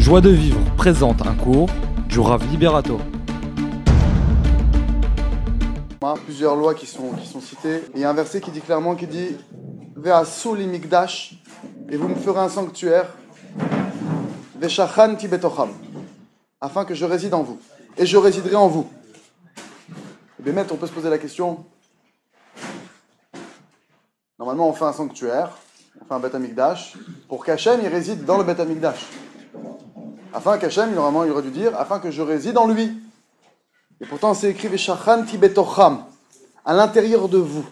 Joie de vivre présente un cours du Rav Liberato. Plusieurs lois qui sont citées. Il y a un verset qui dit clairement, qui dit Ve'asu li mikdash, et vous me ferez un sanctuaire, Ve'shachanti betocham, afin que je réside en vous, et je résiderai en vous. Et bien, on peut se poser la question. Normalement, on fait un sanctuaire, on fait un Beth Amikdash, pour qu'Hachem il réside dans le Beth Amikdash. Afin qu'Hachem, normalement, il aurait dû dire, afin que je réside en lui. Et pourtant, c'est écrit Ve'shachanti betocham, à l'intérieur de vous.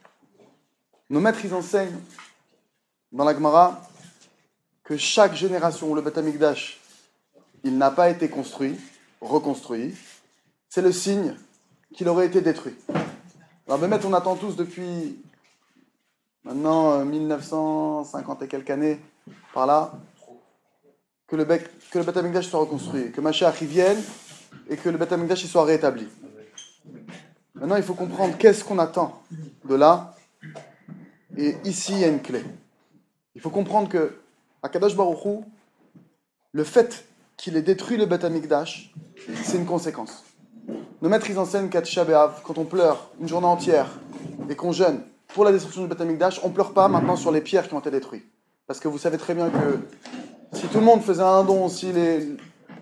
Nos maîtres, ils enseignent dans la Gemara que chaque génération où le Beth Amikdash il n'a pas été construit, reconstruit, c'est le signe qu'il aurait été détruit. Alors, on attend tous depuis maintenant 1950 et quelques années, par là, que le Beth Amikdash soit reconstruit, que Mashiach vienne et que le Beth Amikdash soit rétabli. Maintenant, il faut comprendre qu'est-ce qu'on attend de là. Et ici, il y a une clé. Il faut comprendre que Akadosh Baruch Hu, le fait qu'il ait détruit le Beth Amikdash, c'est une conséquence. Nos maîtres, ils enseignent qu'à Tisha B'Av, quand on pleure une journée entière et qu'on jeûne pour la destruction du Beth Amikdash, on ne pleure pas maintenant sur les pierres qui ont été détruites. Parce que vous savez très bien que si tout le monde faisait un don, si les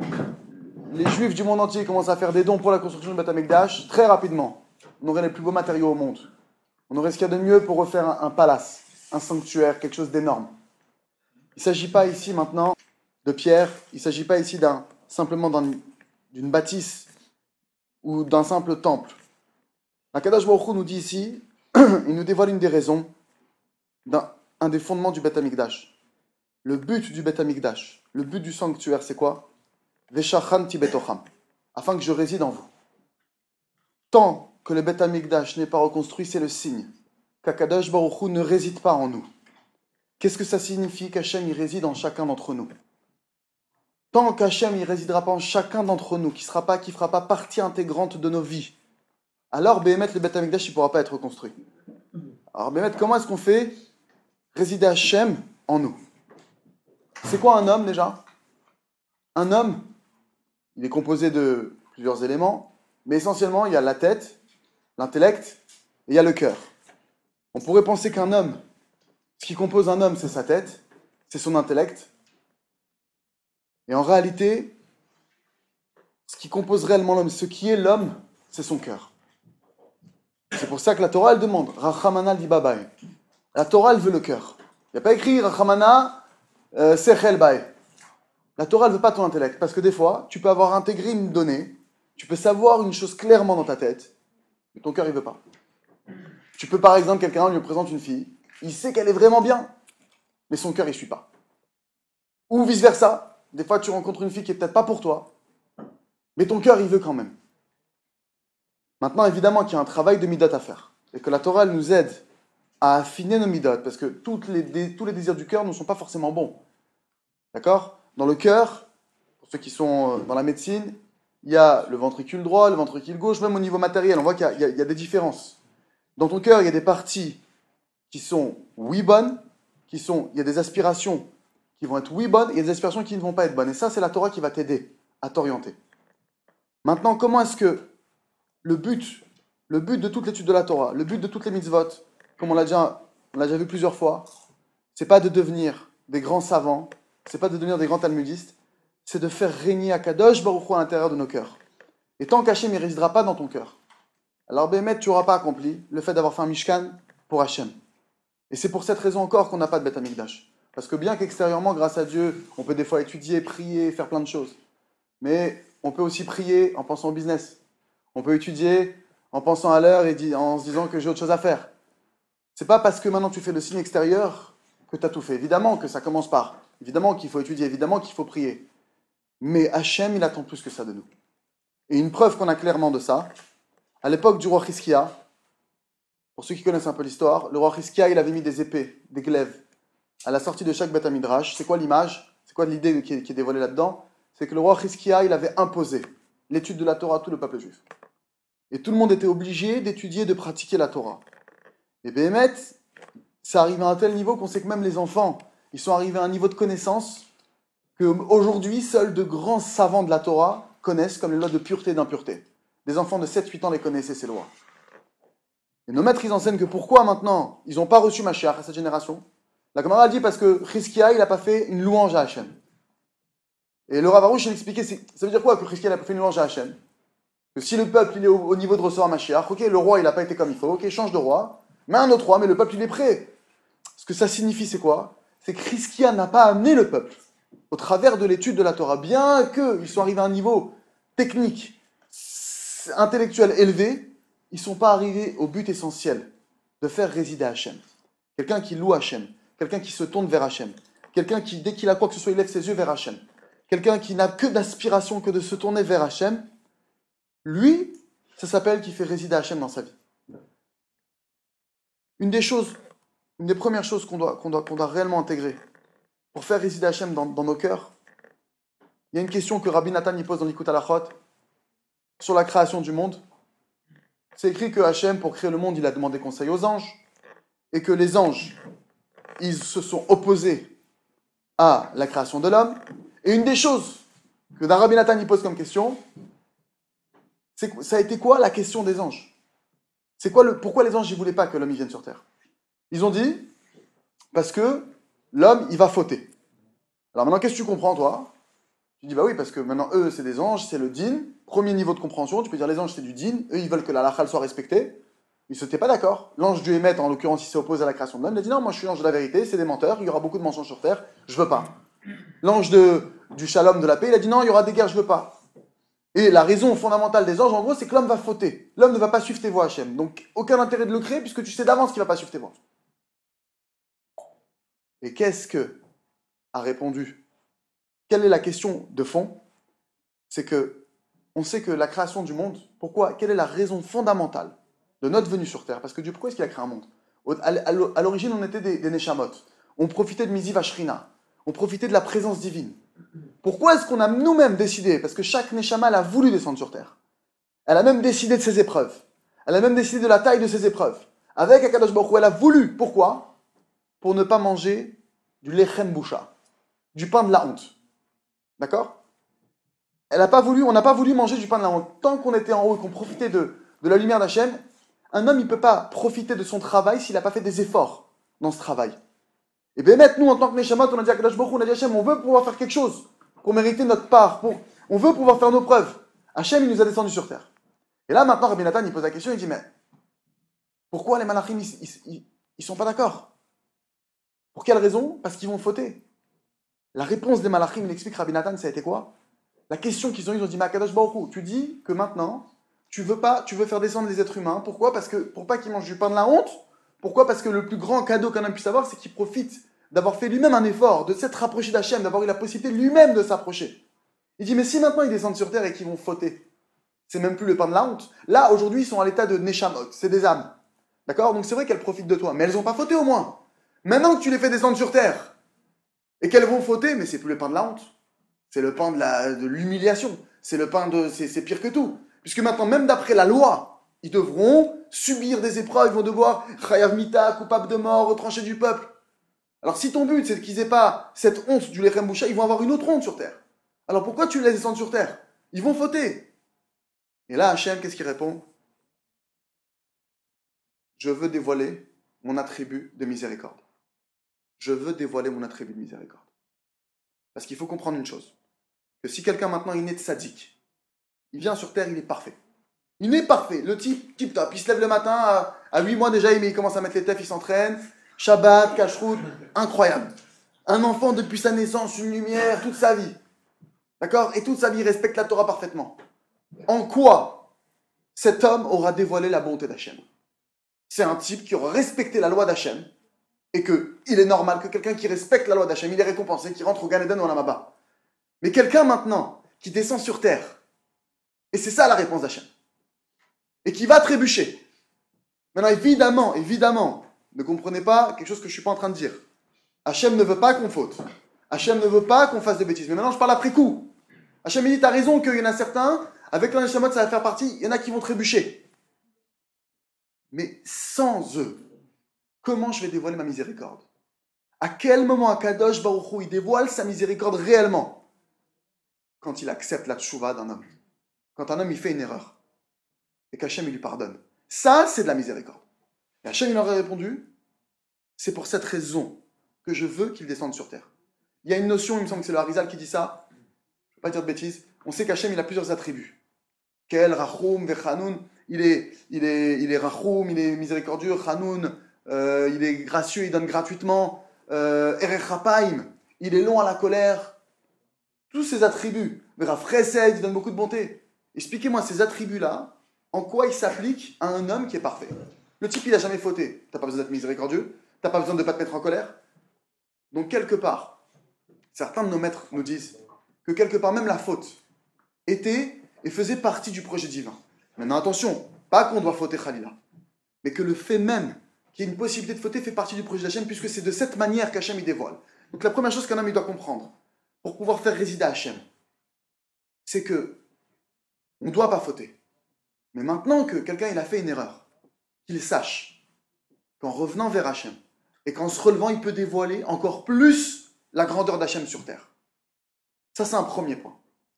Juifs du monde entier commencent à faire des dons pour la construction du Beth Amikdash, très rapidement, on aurait les plus beaux matériaux au monde. On aurait ce qu'il y a de mieux pour refaire un palace, un sanctuaire, quelque chose d'énorme. Il ne s'agit pas ici maintenant de pierre, il ne s'agit pas ici simplement d'une bâtisse ou d'un simple temple. Akadosh Baruch Hu nous dit ici, il nous dévoile une des raisons, un des fondements du Beth Amikdash. Le but du Beth Amikdash, le but du sanctuaire, c'est quoi? Ve'shachanti betocham, afin que je réside en vous. Tant que le Beth Amikdash n'est pas reconstruit, c'est le signe qu'Akadosh Baruch Hu ne réside pas en nous. Qu'est-ce que ça signifie qu'Hachem y réside en chacun d'entre nous? Tant qu'Hachem y résidera pas en chacun d'entre nous, qui fera pas partie intégrante de nos vies, alors Béhémet, le Beth Amikdash, il ne pourra pas être reconstruit. Alors Béhémet, comment est-ce qu'on fait résider Hachem en nous? C'est quoi un homme déjà? Un homme, il est composé de plusieurs éléments, mais essentiellement il y a la tête, l'intellect et il y a le cœur. On pourrait penser qu'un homme, ce qui compose un homme, c'est sa tête, c'est son intellect. Et en réalité, ce qui compose réellement l'homme, ce qui est l'homme, c'est son cœur. C'est pour ça que la Torah, elle demande Rachamana libabai. La Torah, elle veut le cœur. Il n'y a pas écrit Rachamana sechel bai. La Torah, elle ne veut pas ton intellect. Parce que des fois, tu peux avoir intégré une donnée, tu peux savoir une chose clairement dans ta tête, mais ton cœur, il ne veut pas. Tu peux, par exemple, quelqu'un lui présente une fille, il sait qu'elle est vraiment bien, mais son cœur, il ne suit pas. Ou vice-versa. Des fois, tu rencontres une fille qui n'est peut-être pas pour toi, mais ton cœur, il veut quand même. Maintenant, évidemment qu'il y a un travail de midot à faire, et que la Torah, elle nous aide à affiner nos midot, parce que tous les désirs du cœur ne sont pas forcément bons. D'accord? Dans le cœur, pour ceux qui sont dans la médecine, il y a le ventricule droit, le ventricule gauche, même au niveau matériel, on voit qu'il y a des différences. Dans ton cœur, il y a des parties qui sont oui bonnes, il y a des aspirations qui vont être oui bonnes, et il y a des aspirations qui ne vont pas être bonnes. Et ça, c'est la Torah qui va t'aider à t'orienter. Maintenant, comment est-ce que le but de toute l'étude de la Torah, le but de toutes les mitzvot, comme on l'a déjà vu plusieurs fois, c'est pas de devenir des grands savants, c'est pas de devenir des grands talmudistes, c'est de faire régner Akadosh Baruch Hu à l'intérieur de nos cœurs. Et tant qu'Hachem ne résidera pas dans ton cœur, alors Béhémet, tu n'auras pas accompli le fait d'avoir fait un Mishkan pour Hachem. Et c'est pour cette raison encore qu'on n'a pas de Beth Amikdash. Parce que bien qu'extérieurement, grâce à Dieu, on peut des fois étudier, prier, faire plein de choses. Mais on peut aussi prier en pensant au business. On peut étudier en pensant à l'heure et en se disant que j'ai autre chose à faire. C'est pas parce que maintenant tu fais le signe extérieur que tu as tout fait. Évidemment que ça commence par, évidemment qu'il faut étudier, évidemment qu'il faut prier. Mais Hachem, il attend plus que ça de nous. Et une preuve qu'on a clairement de ça, à l'époque du roi Chizkia, pour ceux qui connaissent un peu l'histoire, le roi Chizkia, il avait mis des épées, des glaives, à la sortie de chaque Beth Midrash. C'est quoi l'image? C'est quoi l'idée qui est dévoilée là-dedans? C'est que le roi Chizkia, il avait imposé l'étude de la Torah à tout le peuple juif. Et tout le monde était obligé d'étudier, de pratiquer la Torah. Et Béhémet, ça arrive à un tel niveau qu'on sait que même les enfants, ils sont arrivés à un niveau de connaissance qu'aujourd'hui, seuls de grands savants de la Torah connaissent comme les lois de pureté et d'impureté. Des enfants de 7-8 ans les connaissaient, ces lois. Et nos maîtres, ils enseignent que pourquoi maintenant, ils n'ont pas reçu Mashiach à cette génération. La Gemara dit parce que Chizkiah, il n'a pas fait une louange à Hachem. Et le Rav Arush, il expliquait, ça veut dire quoi que Chizkiah n'a pas fait une louange à Hachem? Que si le peuple il est au niveau de recevoir Mashiach, ok, le roi il n'a pas été comme il faut, ok, change de roi, mais un autre roi, mais le peuple il est prêt. Ce que ça signifie, c'est quoi? C'est que Chizkiah n'a pas amené le peuple au travers de l'étude de la Torah, bien qu'ils soient arrivés à un niveau technique, intellectuel élevé, ils ne sont pas arrivés au but essentiel de faire résider Hachem. Quelqu'un qui loue Hachem, quelqu'un qui se tourne vers Hachem, quelqu'un qui, dès qu'il a quoi que ce soit, il lève ses yeux vers Hachem, quelqu'un qui n'a que d'aspiration que de se tourner vers Hachem, lui, ça s'appelle qu'il fait résider Hachem dans sa vie. Une des premières choses qu'on doit réellement intégrer pour faire résider Hachem dans nos cœurs, il y a une question que Rabbi Nathan y pose dans l'Ikut Halachot sur la création du monde. C'est écrit que Hachem, pour créer le monde, il a demandé conseil aux anges, et que les anges, ils se sont opposés à la création de l'homme. Et une des choses que Rabbi Nathan y pose comme question, ça a été quoi la question des anges? Pourquoi les anges ne voulaient pas que l'homme vienne sur terre? Ils ont dit, parce que l'homme, il va fauter. Alors maintenant, qu'est-ce que tu comprends, toi? Tu dis, bah oui, parce que maintenant, eux, c'est des anges, c'est le din. Premier niveau de compréhension, tu peux dire, les anges, c'est du din. Eux, ils veulent que la halakha soit respectée. Ils n'étaient pas d'accord. L'ange du Hémet, en l'occurrence, il s'est opposé à la création de l'homme. Il a dit, non, moi, je suis l'ange de la vérité, c'est des menteurs, il y aura beaucoup de mensonges sur terre, je veux pas. L'ange du shalom, de la paix, il a dit, non, il y aura des guerres, je veux pas. Et la raison fondamentale des anges, en gros, c'est que l'homme va fauter. L'homme ne va pas suivre tes voies, Hachem. Donc, aucun intérêt de le créer, puisque tu sais d'avance qu'il ne va pas suivre tes voies. Et qu'est-ce que a répondu? Quelle est la question de fond? C'est que on sait que la création du monde, pourquoi? Quelle est la raison fondamentale de notre venue sur Terre? Parce que Dieu, pourquoi est-ce qu'il a créé un monde? À l'origine, on était des Neshamot. On profitait de Miziv Ashrina. On profitait de la présence divine. Pourquoi est-ce qu'on a nous-mêmes décidé? Parce que chaque Neshama, elle a voulu descendre sur Terre. Elle a même décidé de ses épreuves. Elle a même décidé de la taille de ses épreuves. Avec Akadosh Baruch Hu, elle a voulu. Pourquoi? Pour ne pas manger du lechem boucha, du pain de la honte. D'accord? On n'a pas voulu manger du pain de la honte. Tant qu'on était en haut et qu'on profitait de la lumière d'Hachem, un homme, il ne peut pas profiter de son travail s'il n'a pas fait des efforts dans ce travail. Et bien maintenant, nous, en tant que Neshamot, on a dit à Kadosh Baruch Hu, on a dit à Hachem, on veut pouvoir faire quelque chose pour mériter notre part, on veut pouvoir faire nos preuves. Hachem, il nous a descendu sur terre. Et là, maintenant, Rabbi Nathan, il pose la question, il dit, mais pourquoi les malachim, ils sont pas d'accord? Pour quelle raison? Parce qu'ils vont fauter. La réponse des malachim, il explique, Rabbi Nathan, ça a été quoi? La question qu'ils ont dit, mais Kadosh Baruch Hu, tu dis que maintenant, tu veux faire descendre les êtres humains. Pourquoi? Parce que, pour pas qu'ils mangent du pain de la honte. Pourquoi? Parce que le plus grand cadeau qu'un homme puisse avoir, c'est qu'il profite d'avoir fait lui-même un effort, de s'être rapproché d'Hachem, d'avoir eu la possibilité lui-même de s'approcher. Il dit, mais si maintenant ils descendent sur terre et qu'ils vont fauter, c'est même plus le pain de la honte. Là, aujourd'hui, ils sont à l'état de Neshamot, c'est des âmes. D'accord? Donc c'est vrai qu'elles profitent de toi, mais elles n'ont pas fauté au moins. Maintenant que tu les fais descendre sur terre, et qu'elles vont fauter, mais c'est plus le pain de la honte. C'est le pain de l'humiliation. C'est pire que tout. Puisque maintenant, même d'après la loi, ils devront subir des épreuves, ils vont devoir chayav mita, coupable de mort, retrancher du peuple. Alors si ton but c'est qu'ils n'aient pas cette honte du lechem boucha, ils vont avoir une autre honte sur terre. Alors pourquoi tu les laisses descendre sur terre? Ils vont fauter. Et là, Hachem, qu'est-ce qu'il répond? Je veux dévoiler mon attribut de miséricorde. Je veux dévoiler mon attribut de miséricorde. Parce qu'il faut comprendre une chose, que si quelqu'un maintenant il est tzaddik, il vient sur terre, il est parfait. Il est parfait, le type tip-top, il se lève le matin, à 8 mois déjà, il commence à mettre les tefs, il s'entraîne, Shabbat, Kashrut, incroyable. Un enfant depuis sa naissance, une lumière, toute sa vie. D'accord? Et toute sa vie, il respecte la Torah parfaitement. En quoi cet homme aura dévoilé la bonté d'Hachem? C'est un type qui aura respecté la loi d'Hachem, et qu'il est normal que quelqu'un qui respecte la loi d'Hachem, il est récompensé, qui rentre au Gan Eden ou à la Maba. Mais quelqu'un maintenant, qui descend sur terre, et c'est ça la réponse d'Hachem, et qui va trébucher. Maintenant, évidemment, ne comprenez pas quelque chose que je ne suis pas en train de dire. Hachem ne veut pas qu'on faute. Hachem ne veut pas qu'on fasse des bêtises. Mais maintenant, je parle après coup. Hachem dit, t'as raison qu'il y en a certains, avec l'un Neshamot, ça va faire partie, il y en a qui vont trébucher. Mais sans eux, comment je vais dévoiler ma miséricorde? À quel moment Akadosh Baruch Hu, il dévoile sa miséricorde réellement? Quand il accepte la tchouva d'un homme. Quand un homme, il fait une erreur. Et qu'Hachem, il lui pardonne. Ça, c'est de la miséricorde. Et Hachem, il aurait répondu, c'est pour cette raison que je veux qu'il descende sur terre. Il y a une notion, il me semble que c'est le Harizal qui dit ça, je ne vais pas dire de bêtises, on sait qu'Hachem, il a plusieurs attributs. Kel, Rachum, Vechanoun, il est Rachum, il est miséricordieux, Chanoun, il est gracieux, il donne gratuitement, Erech Hapaim, il est long à la colère, tous ces attributs, Veraf Chesed, il donne beaucoup de bonté. Expliquez-moi ces attributs-là, en quoi ils s'appliquent à un homme qui est parfait. Le type, il n'a jamais fauté, tu n'as pas besoin d'être miséricordieux, tu n'as pas besoin de ne pas te mettre en colère. Donc quelque part, certains de nos maîtres nous disent que quelque part même la faute était et faisait partie du projet divin. Maintenant attention, pas qu'on doit fauter Khalila, mais que le fait même qu'il y ait une possibilité de fauter fait partie du projet d'Hachem, puisque c'est de cette manière qu'Hachem y dévoile. Donc la première chose qu'un homme il doit comprendre, pour pouvoir faire résider Hachem, c'est que on ne doit pas fauter. Mais maintenant que quelqu'un il a fait une erreur, qu'il sache qu'en revenant vers Hachem, et qu'en se relevant, il peut dévoiler encore plus la grandeur d'Hachem sur terre. Ça, c'est un premier point.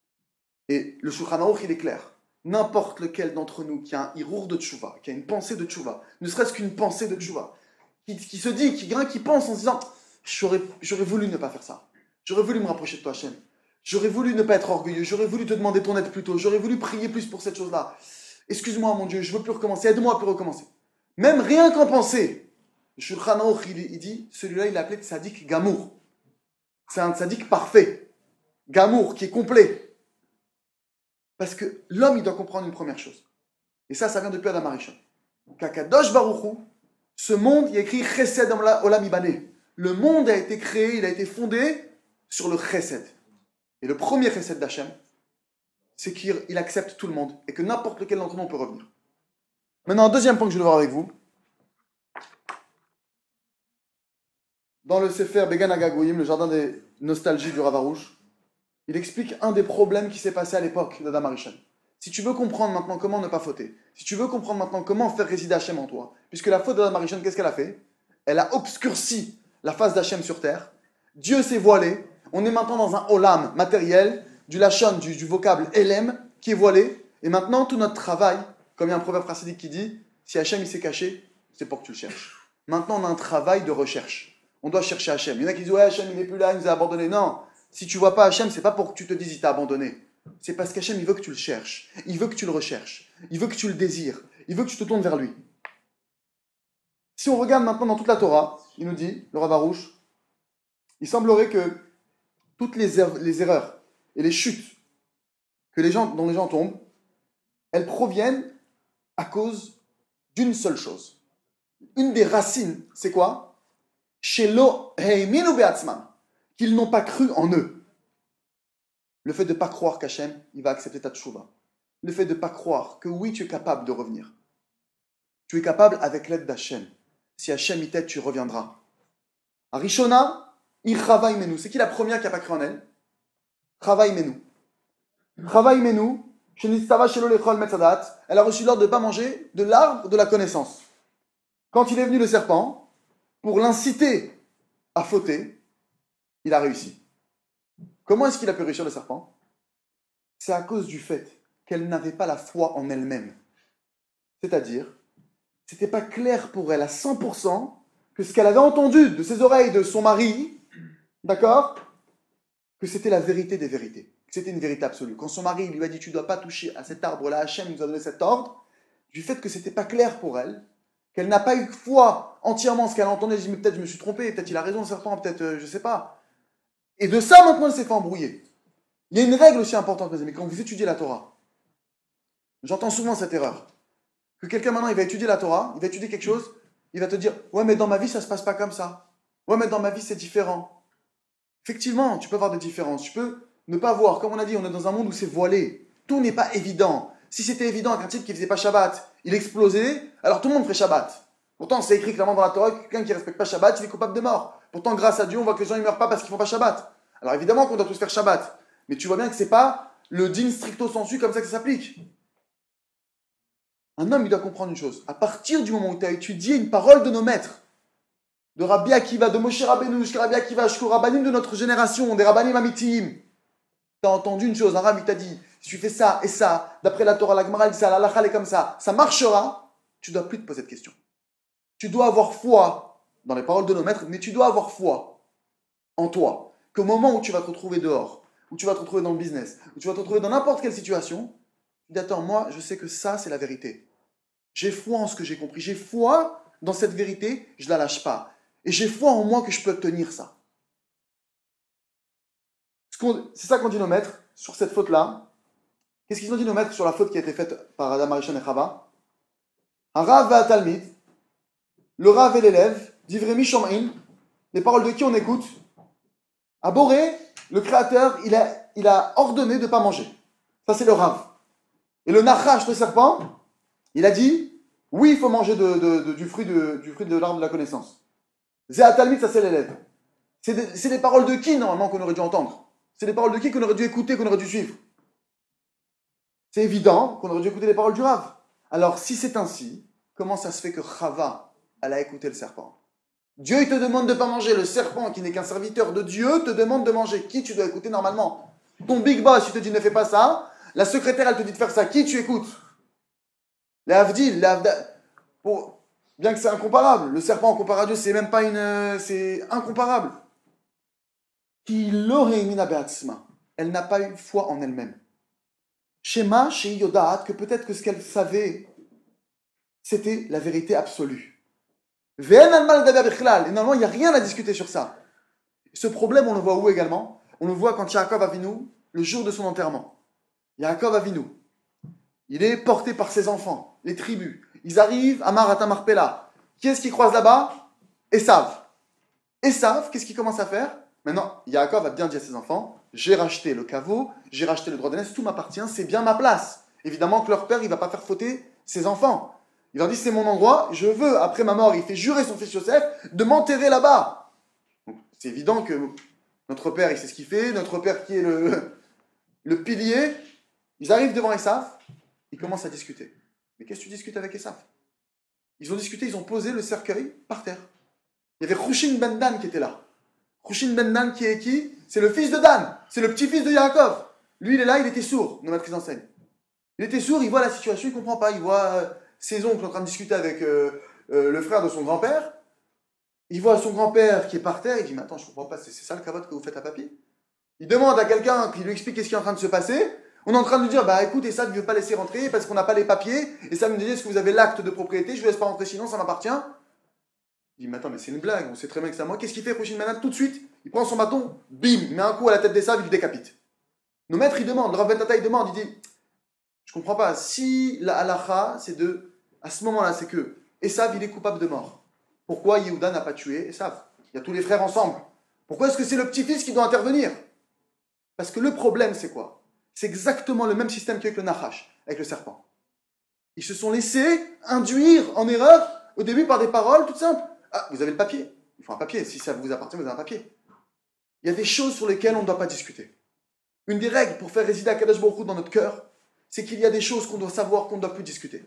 Et le Shulchan Aruch, il est clair. N'importe lequel d'entre nous qui a un hirour de tchouva, qui a une pensée de tchouva, ne serait-ce qu'une pensée de tchouva, qui se dit, qui pense en se disant « J'aurais voulu ne pas faire ça. J'aurais voulu me rapprocher de toi, Hachem. J'aurais voulu ne pas être orgueilleux. J'aurais voulu te demander ton aide plus tôt. J'aurais voulu prier plus pour cette chose-là. Excuse-moi, mon Dieu, je ne veux plus recommencer. Aide-moi à plus recommencer. » Même rien qu'en penser. Le Shulchan Aruch, il dit, celui-là, il est appelé Tzadik Gamour. C'est un Tzadik parfait. Gamour, qui est complet. Parce que l'homme, il doit comprendre une première chose. Et ça vient depuis Adam Arishon. Kakadosh Baruch Hu, ce monde, il y a écrit Chesed Olam Ibané. Le monde a été créé, il a été fondé sur le Chesed. Et le premier Chesed d'Hachem, c'est qu'il accepte tout le monde et que n'importe lequel d'entre nous peut revenir. Maintenant, un deuxième point que je veux voir avec vous. Dans le Sefer Began Agagoyim, le jardin des nostalgies du Rav Arush, il explique un des problèmes qui s'est passé à l'époque d'Adam Arishon. Si tu veux comprendre maintenant comment ne pas fauter, si tu veux comprendre maintenant comment faire résider Hachem en toi, puisque la faute d'Adam Arishon, qu'est-ce qu'elle a fait? Elle a obscurci la face d'Hachem sur terre. Dieu s'est voilé. On est maintenant dans un olam matériel, du lachon, du vocable elem, qui est voilé. Et maintenant, tout notre travail, comme il y a un proverbe chassidique qui dit, si Hachem il s'est caché, c'est pour que tu le cherches. Maintenant, on a un travail de recherche. On doit chercher Hachem. Il y en a qui disent, ouais, Hachem, il n'est plus là, il nous a abandonnés. Non, si tu ne vois pas Hachem, c'est pas pour que tu te dises, il t'a abandonné. C'est parce qu'Hachem, il veut que tu le cherches. Il veut que tu le recherches. Il veut que tu le désires. Il veut que tu te tournes vers lui. Si on regarde maintenant dans toute la Torah, il nous dit, le Rav Arush, il semblerait que toutes les erreurs et les chutes dont les gens tombent, elles proviennent à cause d'une seule chose. Une des racines, c'est quoi? Shelo heiminu be'atzman, qu'ils n'ont pas cru en eux. Le fait de ne pas croire qu'Hachem, il va accepter ta tchouva. Le fait de ne pas croire que oui, tu es capable de revenir. Tu es capable avec l'aide d'Hachem. Si Hachem y t'aide, tu reviendras. Arishona, Chava imenu. C'est qui la première qui n'a pas cru en elle? Chava imenu. Chava imenu, elle a reçu l'ordre de ne pas manger de l'arbre de la connaissance. Quand il est venu le serpent, pour l'inciter à fauter, il a réussi. Comment est-ce qu'il a pu réussir le serpent? C'est à cause du fait qu'elle n'avait pas la foi en elle-même. C'est-à-dire, c'était pas clair pour elle à 100% que ce qu'elle avait entendu de ses oreilles de son mari, d'accord, que c'était la vérité des vérités, que c'était une vérité absolue. Quand son mari lui a dit, tu ne dois pas toucher à cet arbre-là, Hachem nous a donné cet ordre, du fait que c'était pas clair pour elle, qu'elle n'a pas eu foi entièrement ce qu'elle entendait, elle dit, mais peut-être je me suis trompé, peut-être il a raison le serpent, peut-être je sais pas. Et de ça maintenant elle s'est fait embrouiller. Il y a une règle aussi importante, mes amis, quand vous étudiez la Torah, j'entends souvent cette erreur, que quelqu'un maintenant il va étudier la Torah, il va étudier quelque chose, il va te dire, ouais mais dans ma vie ça se passe pas comme ça, ouais mais dans ma vie c'est différent. Effectivement, tu peux avoir des différences, tu peux ne pas voir, comme on a dit, on est dans un monde où c'est voilé, tout n'est pas évident. Si c'était évident qu'un type qui faisait pas Shabbat, il explosait, alors tout le monde ferait Shabbat. Pourtant, c'est écrit clairement dans la Torah que quelqu'un qui ne respecte pas Shabbat, il est coupable de mort. Pourtant, grâce à Dieu, on voit que les gens ne meurent pas parce qu'ils ne font pas Shabbat. Alors évidemment qu'on doit tous faire Shabbat. Mais tu vois bien que ce n'est pas le din stricto sensu comme ça que ça s'applique. Un homme, il doit comprendre une chose. À partir du moment où tu as étudié une parole de nos maîtres, de Rabbi Akiva, de Moshe Rabbeinu, jusqu'à Rabbi Akiva, jusqu'aux rabbanim de notre génération, des rabbanim amitim. Tu as entendu une chose, un rab, il t'a dit, si tu fais ça et ça, d'après la Torah, la Gemara, ça, la Halakha, est comme ça marchera, tu ne dois plus te poser de questions. Tu dois avoir foi dans les paroles de nos maîtres, mais tu dois avoir foi en toi, qu'au moment où tu vas te retrouver dehors, où tu vas te retrouver dans le business, où tu vas te retrouver dans n'importe quelle situation, tu dis, attends, moi, je sais que ça, c'est la vérité. J'ai foi en ce que j'ai compris. J'ai foi dans cette vérité, je ne la lâche pas. Et j'ai foi en moi que je peux obtenir ça. C'est ça qu'ont dit nos maîtres sur cette faute-là. Qu'est-ce qu'ils ont dit nos maîtres sur la faute qui a été faite par Adam Arishon et Chava? Un Rav va à Talmid, le Rav et l'élève, d'Ivremi Shom'in, les paroles de qui on écoute? À Boré, le Créateur, il a ordonné de ne pas manger. Ça, c'est le Rav. Et le Nachash, le serpent, il a dit, oui, il faut manger du fruit de l'arbre de la connaissance. Zéa Talmid, ça c'est l'élève. C'est des paroles de qui, normalement, qu'on aurait dû entendre? C'est des paroles de qui qu'on aurait dû écouter, qu'on aurait dû suivre? C'est évident qu'on aurait dû écouter les paroles du Rav. Alors, si c'est ainsi, comment ça se fait que Chava, elle a écouté le serpent? Dieu, il te demande de ne pas manger. Le serpent, qui n'est qu'un serviteur de Dieu, te demande de manger. Qui tu dois écouter normalement? Ton big boss, il te dit ne fais pas ça. La secrétaire, elle te dit de faire ça. Qui tu écoutes? L'Avdil, bien que c'est incomparable. Le serpent, comparé à Dieu, c'est même pas c'est incomparable. Qui l'aurait mis elle n'a pas eu foi en elle-même. Shema, chez Yodaat, que peut-être que ce qu'elle savait, c'était la vérité absolue. Et normalement, il n'y a rien à discuter sur ça. Ce problème, on le voit où également? On le voit quand Yaakov Avinu, le jour de son enterrement. Yaakov Avinu, il est porté par ses enfants, les tribus. Ils arrivent à Marat Marpella. Qui est-ce qui croise là-bas? Esav. Esav, qu'est-ce qu'il commence à faire? Maintenant, Yaakov a bien dit à ses enfants, j'ai racheté le caveau, j'ai racheté le droit d'aînesse, tout m'appartient, c'est bien ma place. Évidemment que leur père, il ne va pas faire fauter ses enfants. Il leur dit, c'est mon endroit, je veux, après ma mort, il fait jurer son fils Joseph de m'enterrer là-bas. Donc, c'est évident que notre père, il sait ce qu'il fait, notre père qui est le pilier, ils arrivent devant Esav, ils commencent à discuter. Mais qu'est-ce que tu discutes avec Esav? Ils ont discuté, ils ont posé le cercueil par terre. Il y avait Chushin ben Dan qui était là. Chushin ben Dan qui est qui? C'est le fils de Dan, c'est le petit-fils de Yaakov. Lui, il est là, il était sourd, nos maîtres enseignent. Il était sourd, il voit la situation, il ne comprend pas. Il voit ses oncles en train de discuter avec le frère de son grand-père. Il voit son grand-père qui est par terre, il dit, mais attends, je ne comprends pas, c'est ça le cavote que vous faites à papy? Il demande à quelqu'un qui lui explique ce qui est en train de se passer. On est en train de lui dire, bah écoute, et ça ne veut pas laisser rentrer parce qu'on n'a pas les papiers. Et ça me dit, est-ce que vous avez l'acte de propriété? Je ne vous laisse pas rentrer sinon, ça m'appartient. Il dit, mais attends, mais c'est une blague, on sait très bien que c'est à moi. Qu'est-ce qu'il fait, Chushin ben Dan? Tout de suite, il prend son bâton, bim, il met un coup à la tête d'Esav, il le décapite. Nos maîtres, ils demandent, le Rav Ben Tata, il demande, il dit, je comprends pas, si la halacha, c'est à ce moment-là, c'est que Esav, il est coupable de mort. Pourquoi Yehuda n'a pas tué Esav? Il y a tous les frères ensemble. Pourquoi est-ce que c'est le petit-fils qui doit intervenir? Parce que le problème, c'est quoi? C'est exactement le même système qu'avec le Nachash, avec le serpent. Ils se sont laissés induire en erreur, au début, par des paroles toutes simples. Ah, vous avez le papier. Il faut un papier. Si ça vous appartient, vous avez un papier. Il y a des choses sur lesquelles on ne doit pas discuter. Une des règles pour faire résider Akadosh Baruch Hu dans notre cœur, c'est qu'il y a des choses qu'on doit savoir, qu'on ne doit plus discuter.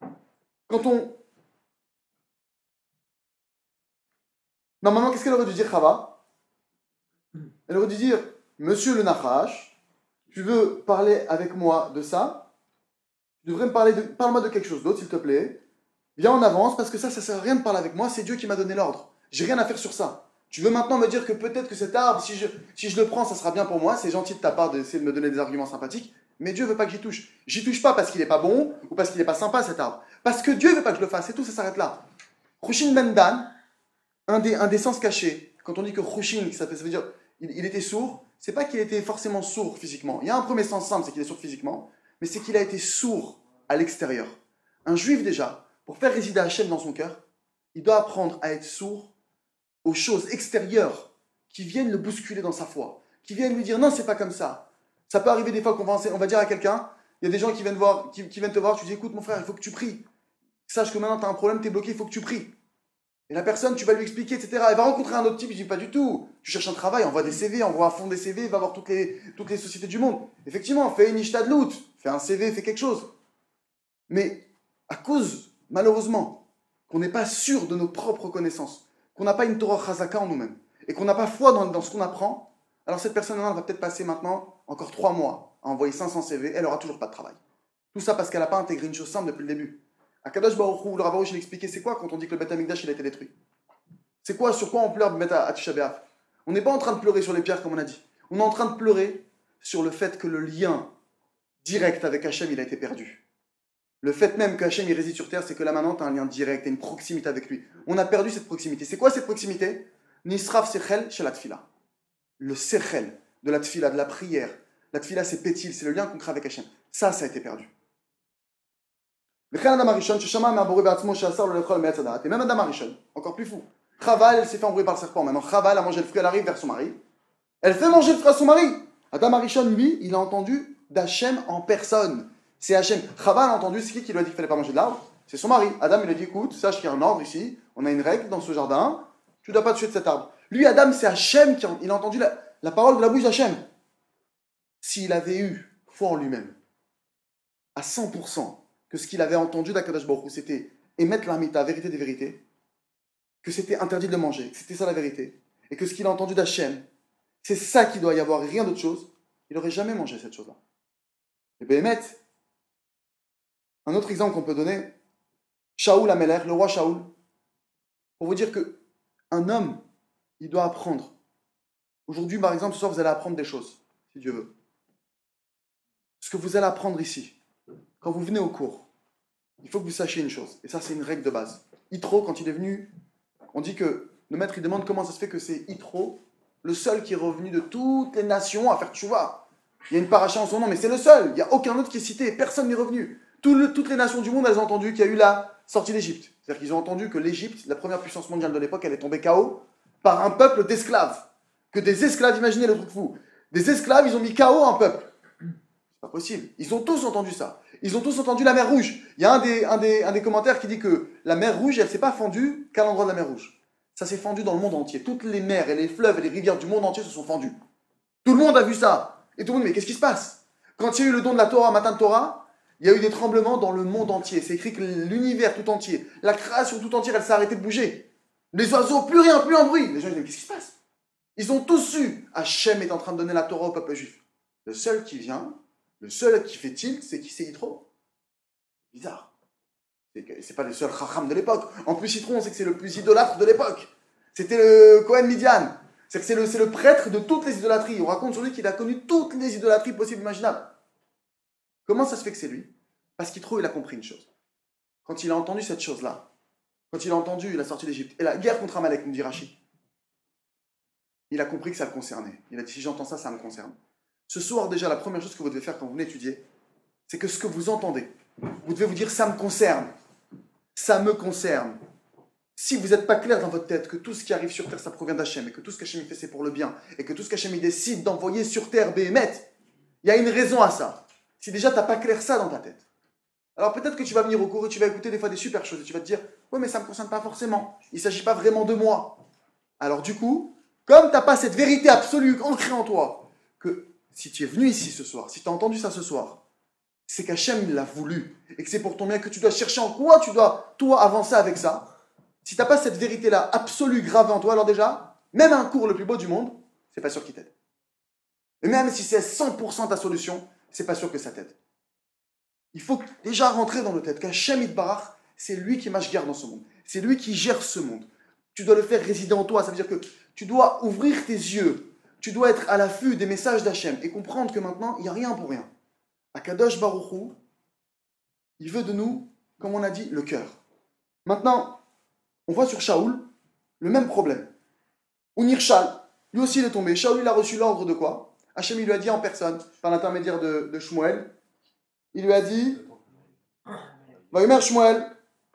Normalement, qu'est-ce qu'elle aurait dû dire, Chava? Elle aurait dû dire, Monsieur le Nachash, tu veux parler avec moi de ça? Tu devrais me parle-moi de quelque chose d'autre, s'il te plaît. Viens en avance, parce que ça sert à rien de parler avec moi, c'est Dieu qui m'a donné l'ordre. J'ai rien à faire sur ça. Tu veux maintenant me dire que peut-être que cet arbre, si je le prends, ça sera bien pour moi, c'est gentil de ta part d'essayer de me donner des arguments sympathiques, mais Dieu veut pas que j'y touche. J'y touche pas parce qu'il est pas bon, ou parce qu'il est pas sympa cet arbre. Parce que Dieu veut pas que je le fasse, c'est tout, ça s'arrête là. Chushin ben Dan, un des sens cachés, quand on dit que Chushin, ça veut dire il était sourd, c'est pas qu'il était forcément sourd physiquement. Il y a un premier sens simple, c'est qu'il est sourd physiquement, mais c'est qu'il a été sourd à l'extérieur. Un juif déjà, pour faire résider Hachem dans son cœur, il doit apprendre à être sourd aux choses extérieures qui viennent le bousculer dans sa foi, qui viennent lui dire non, c'est pas comme ça. Ça peut arriver des fois on va dire à quelqu'un, il y a des gens qui viennent te voir, tu dis écoute mon frère, il faut que tu pries. Sache que maintenant tu as un problème, tu es bloqué, il faut que tu pries. Et la personne, tu vas lui expliquer, etc. Elle va rencontrer un autre type, je dis pas du tout. Tu cherches un travail, envoie des CV, envoie à fond des CV, va voir toutes les sociétés du monde. Effectivement, fais une ishtadlout, fais un CV, fais quelque chose. Mais à cause, malheureusement, qu'on n'est pas sûr de nos propres connaissances, qu'on n'a pas une Torah Chazaka en nous-mêmes, et qu'on n'a pas foi dans ce qu'on apprend, alors cette personne-là va peut-être passer maintenant encore 3 mois à envoyer 500 CV, elle n'aura toujours pas de travail. Tout ça parce qu'elle n'a pas intégré une chose simple depuis le début. Akadosh Baruch Hu, le Rav Arush, il expliquait c'est quoi quand on dit que le Beth Amikdash il a été détruit. C'est quoi, sur quoi on pleure à Tisha B'Av? On n'est pas en train de pleurer sur les pierres comme on a dit. On est en train de pleurer sur le fait que le lien direct avec Hachem il a été perdu. Le fait même que Hachem il réside sur terre, c'est que là maintenant tu as un lien direct, tu as une proximité avec lui. On a perdu cette proximité. C'est quoi cette proximité? Nisraf Sechel chez la Tfila. Le Sechel de la Tfila, de la prière. La Tfila c'est pétil, c'est le lien concret avec Hachem. Ça a été perdu. Et même Adam Arishon, encore plus fou. Chaval, elle s'est fait embrouiller par le serpent. Maintenant, Chaval a mangé le fruit, elle arrive vers son mari. Elle fait manger le fruit à son mari. Adam Arishon, lui, il a entendu d'Hachem en personne. C'est Hachem. Chaval a entendu, c'est qui lui a dit qu'il ne fallait pas manger de l'arbre? C'est son mari. Adam, il lui a dit, écoute, sache qu'il y a un ordre ici, on a une règle dans ce jardin, tu ne dois pas toucher de cet arbre. Lui, Adam, c'est Hachem il a entendu la parole de la bouche d'Hachem. S'il avait eu foi en lui-même, à 100%, que ce qu'il avait entendu d'Akadosh Baruch Hu, c'était émettre la vérité des vérités, que c'était interdit de manger, que c'était ça la vérité, et que ce qu'il a entendu d'Hachem, c'est ça qu'il doit y avoir, rien d'autre chose, il n'aurait jamais mangé cette chose-là. Et Béhémet, un autre exemple qu'on peut donner, Shaoul Amelech, le roi Shaoul, pour vous dire que un homme, il doit apprendre. Aujourd'hui, par exemple, ce soir, vous allez apprendre des choses, si Dieu veut. Ce que vous allez apprendre ici, quand vous venez au cours, il faut que vous sachiez une chose, et ça c'est une règle de base. Yitro, quand il est venu, on dit que le maître il demande comment ça se fait que c'est Yitro, le seul qui est revenu de toutes les nations à faire tchouva. Il y a une paracha en son nom, mais c'est le seul, il n'y a aucun autre qui est cité, personne n'est revenu. Toutes les nations du monde, elles ont entendu qu'il y a eu la sortie d'Égypte. C'est-à-dire qu'ils ont entendu que l'Égypte, la première puissance mondiale de l'époque, elle est tombée KO par un peuple d'esclaves. Que des esclaves, imaginez le truc fou, des esclaves, ils ont mis KO un peuple. C'est pas possible, ils ont tous entendu ça. Ils ont tous entendu la mer Rouge. Il y a un des commentaires qui dit que la mer Rouge, elle ne s'est pas fendue qu'à l'endroit de la mer Rouge. Ça s'est fendu dans le monde entier. Toutes les mers et les fleuves et les rivières du monde entier se sont fendus. Tout le monde a vu ça. Et tout le monde, mais qu'est-ce qui se passe? Quand il y a eu le don de la Torah, matin de Torah, il y a eu des tremblements dans le monde entier. C'est écrit que l'univers tout entier, la création tout entière, elle s'est arrêtée de bouger. Les oiseaux, plus rien, plus un bruit. Les gens disent, mais qu'est-ce qui se passe? Ils ont tous su. Hachem est en train de donner la Torah au peuple juif. Le seul qui vient, le seul qui fait tilt, c'est qui? C'est Yitro. Bizarre. C'est pas le seul chacham de l'époque. En plus, Yitro, on sait que c'est le plus idolâtre de l'époque. C'était le Kohen Midian. C'est le prêtre de toutes les idolâtries. On raconte sur lui qu'il a connu toutes les idolâtries possibles et imaginables. Comment ça se fait que c'est lui? Parce qu'Yitro, il a compris une chose. Quand il a entendu cette chose-là, quand il a entendu la sortie d'Égypte et la guerre contre Amalek, nous dit Rashi, il a compris que ça le concernait. Il a dit, si j'entends ça, ça me concerne. Ce soir, déjà, la première chose que vous devez faire quand vous venez étudier, c'est que ce que vous entendez, vous devez vous dire, ça me concerne. Ça me concerne. Si vous n'êtes pas clair dans votre tête que tout ce qui arrive sur terre, ça provient d'Hachem, et que tout ce qu'Hachem fait, c'est pour le bien, et que tout ce qu'Hachem décide d'envoyer sur terre, Béhémet, il y a une raison à ça. Si déjà tu n'as pas clair ça dans ta tête, alors peut-être que tu vas venir au cours et tu vas écouter des fois des super choses, et tu vas te dire, ouais, mais ça ne me concerne pas forcément. Il ne s'agit pas vraiment de moi. Alors du coup, comme tu n'as pas cette vérité absolue ancrée en toi, que si tu es venu ici ce soir, si tu as entendu ça ce soir, c'est qu'Hachem il l'a voulu, et que c'est pour ton bien que tu dois chercher en quoi tu dois, toi, avancer avec ça. Si tu n'as pas cette vérité-là absolue gravée en toi, alors déjà, même un cours le plus beau du monde, c'est pas sûr qu'il t'aide. Et même si c'est 100% ta solution, c'est pas sûr que ça t'aide. Il faut déjà rentrer dans le tête qu'Hachem Yitbarach, c'est lui qui mashgar dans ce monde. C'est lui qui gère ce monde. Tu dois le faire résider en toi, ça veut dire que tu dois ouvrir tes yeux, tu dois être à l'affût des messages d'Hachem et comprendre que maintenant, il n'y a rien pour rien. Akadosh Baruch Hu, il veut de nous, comme on a dit, le cœur. Maintenant, on voit sur Shaoul le même problème. Unirshal, lui aussi il est tombé. Shaoul il a reçu l'ordre de quoi? Hachem il lui a dit en personne, par l'intermédiaire de Shmuel, il lui a dit, Vayomer Shmuel,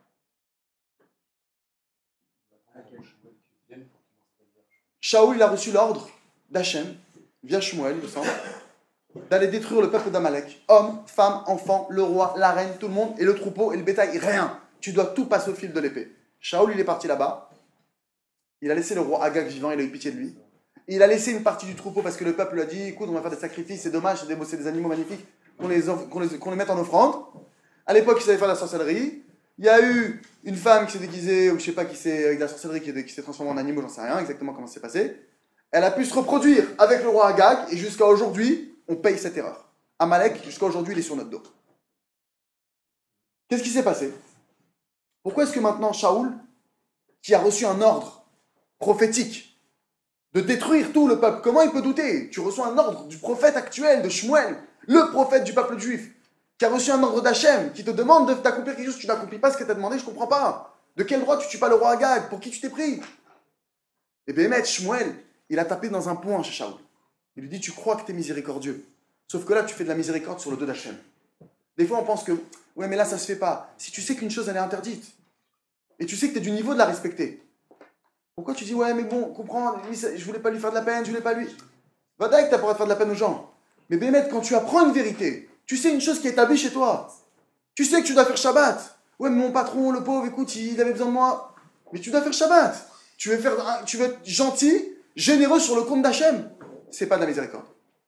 Shaoul il a reçu l'ordre d'Hachem, via Shmuel il me semble, d'aller détruire le peuple d'Amalek. Hommes, femmes, enfants, le roi, la reine, tout le monde, et le troupeau, et le bétail, rien. Tu dois tout passer au fil de l'épée. Shaoul, il est parti là-bas. Il a laissé le roi Agag vivant, il a eu pitié de lui. Il a laissé une partie du troupeau parce que le peuple lui a dit, écoute, on va faire des sacrifices, c'est dommage, c'est des animaux magnifiques, qu'on les mette en offrande. À l'époque, ils savaient faire de la sorcellerie. Il y a eu une femme qui s'est déguisée, ou je sais pas qui s'est, avec de la sorcellerie, qui s'est transformée en animal, j'en sais rien exactement comment ça s'est passé. Elle a pu se reproduire avec le roi Agag, et jusqu'à aujourd'hui, on paye cette erreur. Amalek, jusqu'à aujourd'hui, il est sur notre dos. Qu'est-ce qui s'est passé? Pourquoi est-ce que maintenant Shaoul, qui a reçu un ordre prophétique de détruire tout le peuple, comment il peut douter? Tu reçois un ordre du prophète actuel, de Shmuel, le prophète du peuple juif, qui a reçu un ordre d'Hachem, qui te demande de t'accomplir quelque chose, tu n'accomplis pas ce que tu as demandé, je comprends pas. De quel droit tu tues pas le roi Agag? Pour qui tu t'es pris? Et bien, Shmuel, il a tapé dans un point chez Shaoul. Il lui dit, tu crois que tu es miséricordieux. Sauf que là, tu fais de la miséricorde sur le dos d'Hachem. Des fois, on pense que, ouais, mais là, ça se fait pas. Si tu sais qu'une chose, elle est interdite, et tu sais que tu es du niveau de la respecter, pourquoi tu dis, ouais, mais bon, comprends, je voulais pas lui faire de la peine, je voulais pas lui... Va d'ailleurs que t'as pas le droit de faire de la peine aux gens. Mais Bémet, quand tu apprends une vérité, tu sais une chose qui est établie chez toi. Tu sais que tu dois faire Shabbat. Ouais, mais mon patron, le pauvre, écoute, il avait besoin de moi. Mais tu dois faire Shabbat. Tu veux être gentil, généreux sur le compte d'Hachem. C'est pas de la miséricorde.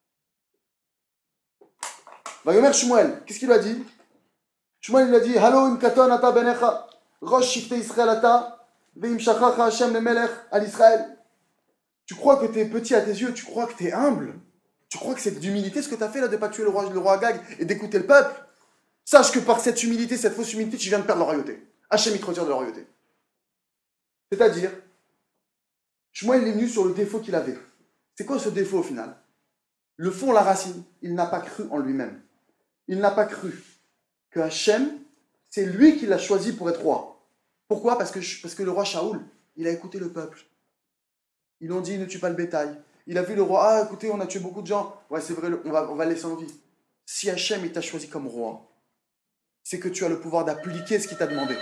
Vayomer Shmuel, qu'est-ce qu'il lui a dit? Shmuel lui a dit, Halo im katon ata benecha, rosh shiftei Israël ata, veim shachacha Hashem le melech al Israël. Tu crois que tu es petit à tes yeux, tu crois que tu es humble. Tu crois que c'est d'humilité ce que tu as fait là, de ne pas tuer le roi Agag et d'écouter le peuple? Sache que par cette humilité, cette fausse humilité, tu viens de perdre la royauté. Hachem, il te retire de la royauté. C'est-à-dire, Shmuel est venu sur le défaut qu'il avait. C'est quoi ce défaut au final? Le fond, la racine, il n'a pas cru en lui-même. Il n'a pas cru que Hachem, c'est lui qui l'a choisi pour être roi. Pourquoi? Parce que le roi Shaoul, il a écouté le peuple. Ils ont dit, ne tue pas le bétail. Il a vu le roi, ah écoutez, on a tué beaucoup de gens. Ouais, c'est vrai, on va le laisser en vie. Si Hachem, il t'a choisi comme roi, c'est que tu as le pouvoir d'appliquer ce qu'il t'a demandé.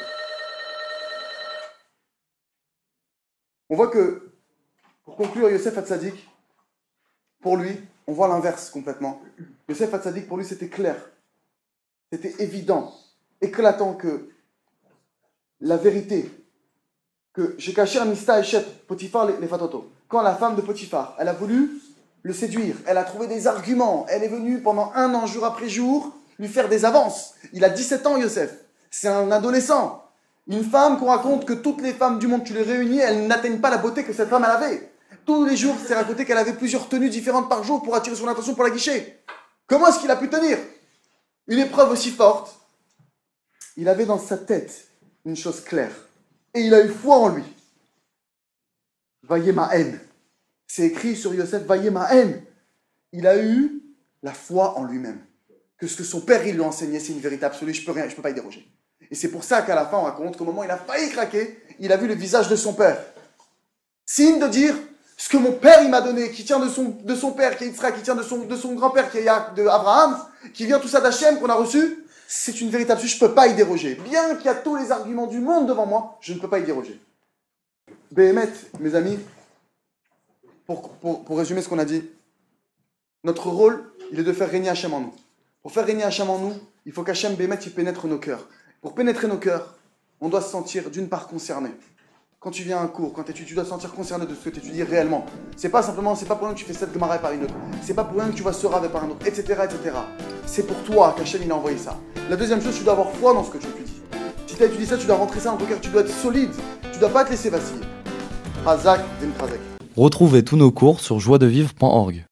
On voit que, pour conclure, Yosef Hatzadik, pour lui, on voit l'inverse complètement. Yosef Hatzadik, pour lui, c'était clair. C'était évident, éclatant que la vérité, que j'ai caché un Mista Eshet, Potiphar les Fatoto. Quand la femme de Potiphar, elle a voulu le séduire, elle a trouvé des arguments, elle est venue pendant 1 an, jour après jour, lui faire des avances. Il a 17 ans, Yosef. C'est un adolescent. Une femme qu'on raconte que toutes les femmes du monde, tu les réunis, elles n'atteignent pas la beauté que cette femme elle avait. Tous les jours, c'est raconté qu'elle avait plusieurs tenues différentes par jour pour attirer son attention pour la guicher. Comment est-ce qu'il a pu tenir une épreuve aussi forte? Il avait dans sa tête une chose claire. Et il a eu foi en lui. Vaillez ma haine. C'est écrit sur Yosef, vaillez ma haine. Il a eu la foi en lui-même. Que ce que son père il lui a enseigné, c'est une vérité absolue, je peux pas y déroger. Et c'est pour ça qu'à la fin, on raconte qu'au moment où il a failli craquer, il a vu le visage de son père. Signe de dire, ce que mon père il m'a donné, qui tient de son père, qui est Yitzhak, qui tient de son grand-père, qui est de Abraham, qui vient tout ça d'Hachem qu'on a reçu, c'est une vérité absolue, je ne peux pas y déroger. Bien qu'il y a tous les arguments du monde devant moi, je ne peux pas y déroger. Béhémet, mes amis, pour résumer ce qu'on a dit, notre rôle, il est de faire régner Hachem en nous. Pour faire régner Hachem en nous, il faut qu'Hachem, Béhémet, il pénètre nos cœurs. Pour pénétrer nos cœurs, on doit se sentir d'une part concerné. Quand tu viens à un cours, quand tu dois te sentir concerné de ce que tu étudies réellement. C'est pas pour rien que tu fais cette Gemara par une autre. C'est pas pour rien que tu vois ce Rav par un autre, etc., etc. C'est pour toi qu'Hachem il a envoyé ça. La deuxième chose, tu dois avoir foi dans ce que tu étudies. Si tu as étudié ça, tu dois rentrer ça dans ton cœur, tu dois être solide. Tu dois pas te laisser vaciller. Hazak, Zemtrazek. Retrouvez tous nos cours sur joiedevivre.org.